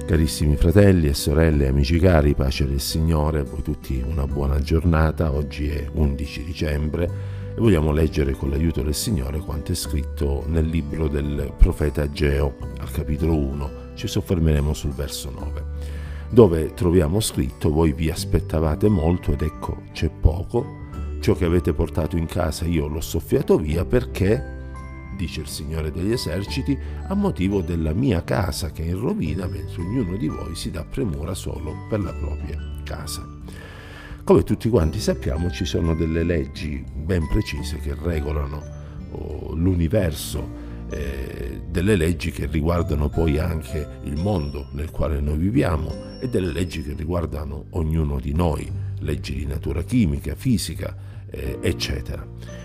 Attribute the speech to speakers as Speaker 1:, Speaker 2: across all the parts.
Speaker 1: Carissimi fratelli e sorelle, amici cari, pace del Signore, a voi tutti una buona giornata. Oggi è 11 dicembre e vogliamo leggere con l'aiuto del Signore quanto è scritto nel libro del profeta Ageo, al capitolo 1. Ci soffermeremo sul verso 9, dove troviamo scritto: voi vi aspettavate molto ed ecco c'è poco, ciò che avete portato in casa io l'ho soffiato via, perché, dice il Signore degli eserciti, a motivo della mia casa che è in rovina, mentre ognuno di voi si dà premura solo per la propria casa. Come tutti quanti sappiamo, ci sono delle leggi ben precise che regolano l'universo, delle leggi che riguardano poi anche il mondo nel quale noi viviamo e delle leggi che riguardano ognuno di noi, leggi di natura chimica, fisica, eccetera.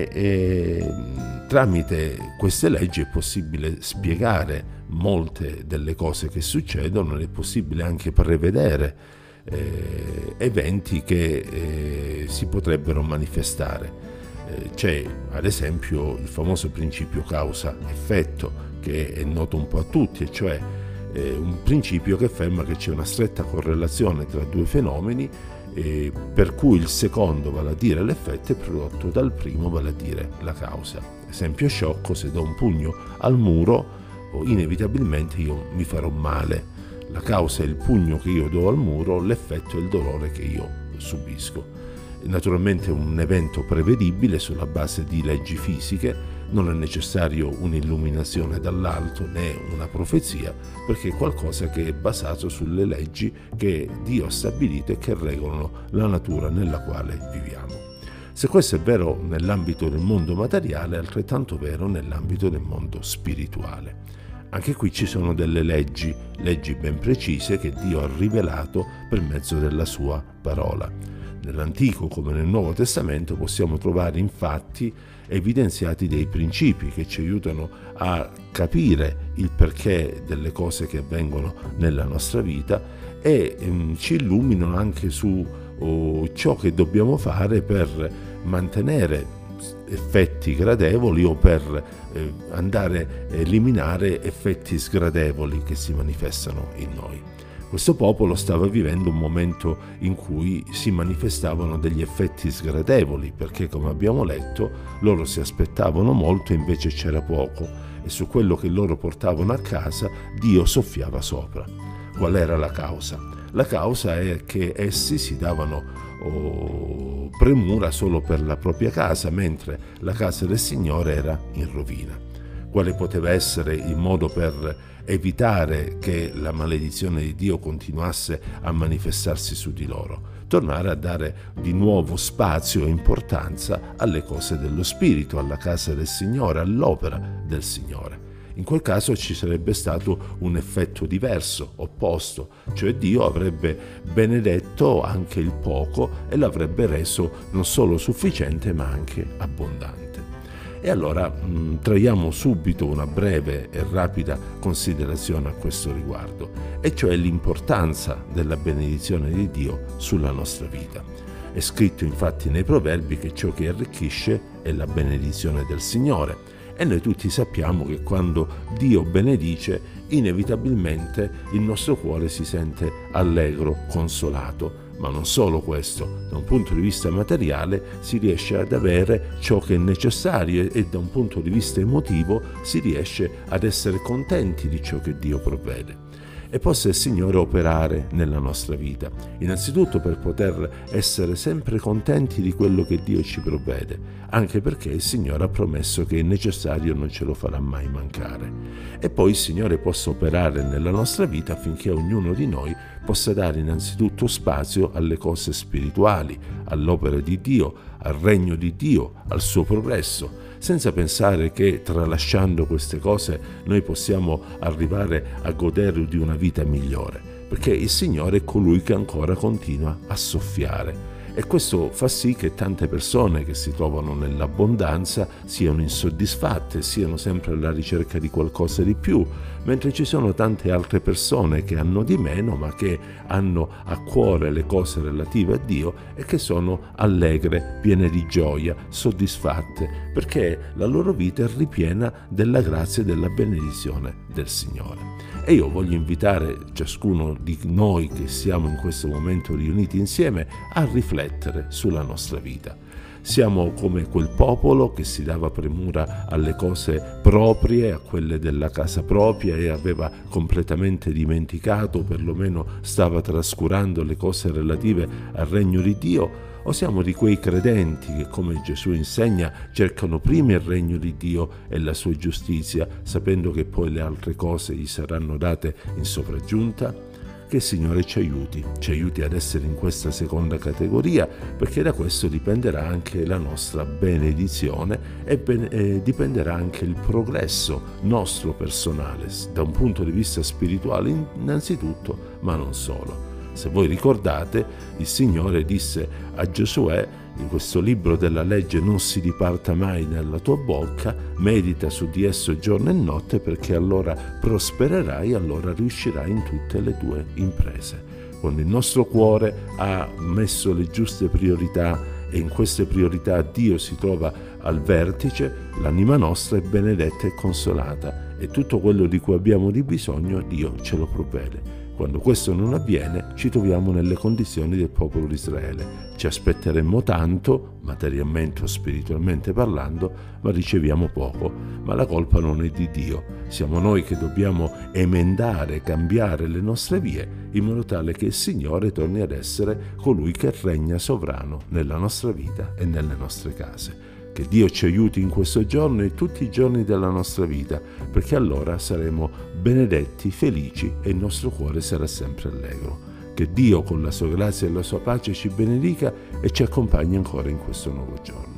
Speaker 1: Tramite queste leggi è possibile spiegare molte delle cose che succedono, è possibile anche prevedere eventi che si potrebbero manifestare. C'è ad esempio il famoso principio causa-effetto, che è noto un po' a tutti, e cioè un principio che afferma che c'è una stretta correlazione tra due fenomeni, per cui il secondo, vale a dire l'effetto, è prodotto dal primo, vale a dire la causa. Esempio sciocco: se do un pugno al muro, inevitabilmente io mi farò male. La causa è il pugno che io do al muro, l'effetto è il dolore che io subisco. Naturalmente è un evento prevedibile sulla base di leggi fisiche, non è necessario un'illuminazione dall'alto né una profezia, perché è qualcosa che è basato sulle leggi che Dio ha stabilito e che regolano la natura nella quale viviamo. Se questo è vero nell'ambito del mondo materiale, è altrettanto vero nell'ambito del mondo spirituale. Anche qui ci sono delle leggi ben precise che Dio ha rivelato per mezzo della sua parola. Nell'Antico come nel Nuovo Testamento possiamo trovare infatti evidenziati dei principi che ci aiutano a capire il perché delle cose che avvengono nella nostra vita e ci illuminano anche su ciò che dobbiamo fare per mantenere effetti gradevoli o per andare a eliminare effetti sgradevoli che si manifestano in noi. Questo popolo stava vivendo un momento in cui si manifestavano degli effetti sgradevoli, perché, come abbiamo letto, loro si aspettavano molto e invece c'era poco, e su quello che loro portavano a casa Dio soffiava sopra. Qual era la causa? La causa è che essi si davano premura solo per la propria casa, mentre la casa del Signore era in rovina. Quale poteva essere il modo per evitare che la maledizione di Dio continuasse a manifestarsi su di loro? Tornare a dare di nuovo spazio e importanza alle cose dello Spirito, alla casa del Signore, all'opera del Signore. In quel caso ci sarebbe stato un effetto diverso, opposto, cioè Dio avrebbe benedetto anche il poco e l'avrebbe reso non solo sufficiente ma anche abbondante. E allora traiamo subito una breve e rapida considerazione a questo riguardo, e cioè l'importanza della benedizione di Dio sulla nostra vita. È scritto infatti nei Proverbi che ciò che arricchisce è la benedizione del Signore, e noi tutti sappiamo che quando Dio benedice, inevitabilmente il nostro cuore si sente allegro, consolato. Ma non solo questo, da un punto di vista materiale si riesce ad avere ciò che è necessario e da un punto di vista emotivo si riesce ad essere contenti di ciò che Dio provvede. E possa il Signore operare nella nostra vita, innanzitutto per poter essere sempre contenti di quello che Dio ci provvede, anche perché il Signore ha promesso che il necessario non ce lo farà mai mancare. E poi il Signore possa operare nella nostra vita affinché ognuno di noi possa dare innanzitutto spazio alle cose spirituali, all'opera di Dio, al regno di Dio, al suo progresso, senza pensare che tralasciando queste cose noi possiamo arrivare a godere di una vita migliore, perché il Signore è colui che ancora continua a soffiare E questo fa sì che tante persone che si trovano nell'abbondanza siano insoddisfatte, siano sempre alla ricerca di qualcosa di più, mentre ci sono tante altre persone che hanno di meno, ma che hanno a cuore le cose relative a Dio e che sono allegre, piene di gioia, soddisfatte, perché la loro vita è ripiena della grazia e della benedizione del Signore. E io voglio invitare ciascuno di noi che siamo in questo momento riuniti insieme a riflettere sulla nostra vita. Siamo come quel popolo che si dava premura alle cose proprie, a quelle della casa propria, e aveva completamente dimenticato, perlomeno stava trascurando le cose relative al regno di Dio. O siamo di quei credenti che, come Gesù insegna, cercano prima il regno di Dio e la sua giustizia, sapendo che poi le altre cose gli saranno date in sopraggiunta? Che il Signore ci aiuti ad essere in questa seconda categoria, perché da questo dipenderà anche la nostra benedizione e dipenderà anche il progresso nostro personale, da un punto di vista spirituale innanzitutto, ma non solo. Se voi ricordate, il Signore disse a Giosuè: in questo libro della legge non si diparta mai dalla tua bocca, medita su di esso giorno e notte, perché allora prospererai, allora riuscirai in tutte le tue imprese. Quando il nostro cuore ha messo le giuste priorità e in queste priorità Dio si trova al vertice, l'anima nostra è benedetta e consolata e tutto quello di cui abbiamo di bisogno Dio ce lo provvede. Quando questo non avviene, ci troviamo nelle condizioni del popolo di Israele. Ci aspetteremmo tanto, materialmente o spiritualmente parlando, ma riceviamo poco. Ma la colpa non è di Dio. Siamo noi che dobbiamo emendare, cambiare le nostre vie, in modo tale che il Signore torni ad essere colui che regna sovrano nella nostra vita e nelle nostre case. Che Dio ci aiuti in questo giorno e tutti i giorni della nostra vita, perché allora saremo benedetti, felici e il nostro cuore sarà sempre allegro. Che Dio con la sua grazia e la sua pace ci benedica e ci accompagni ancora in questo nuovo giorno.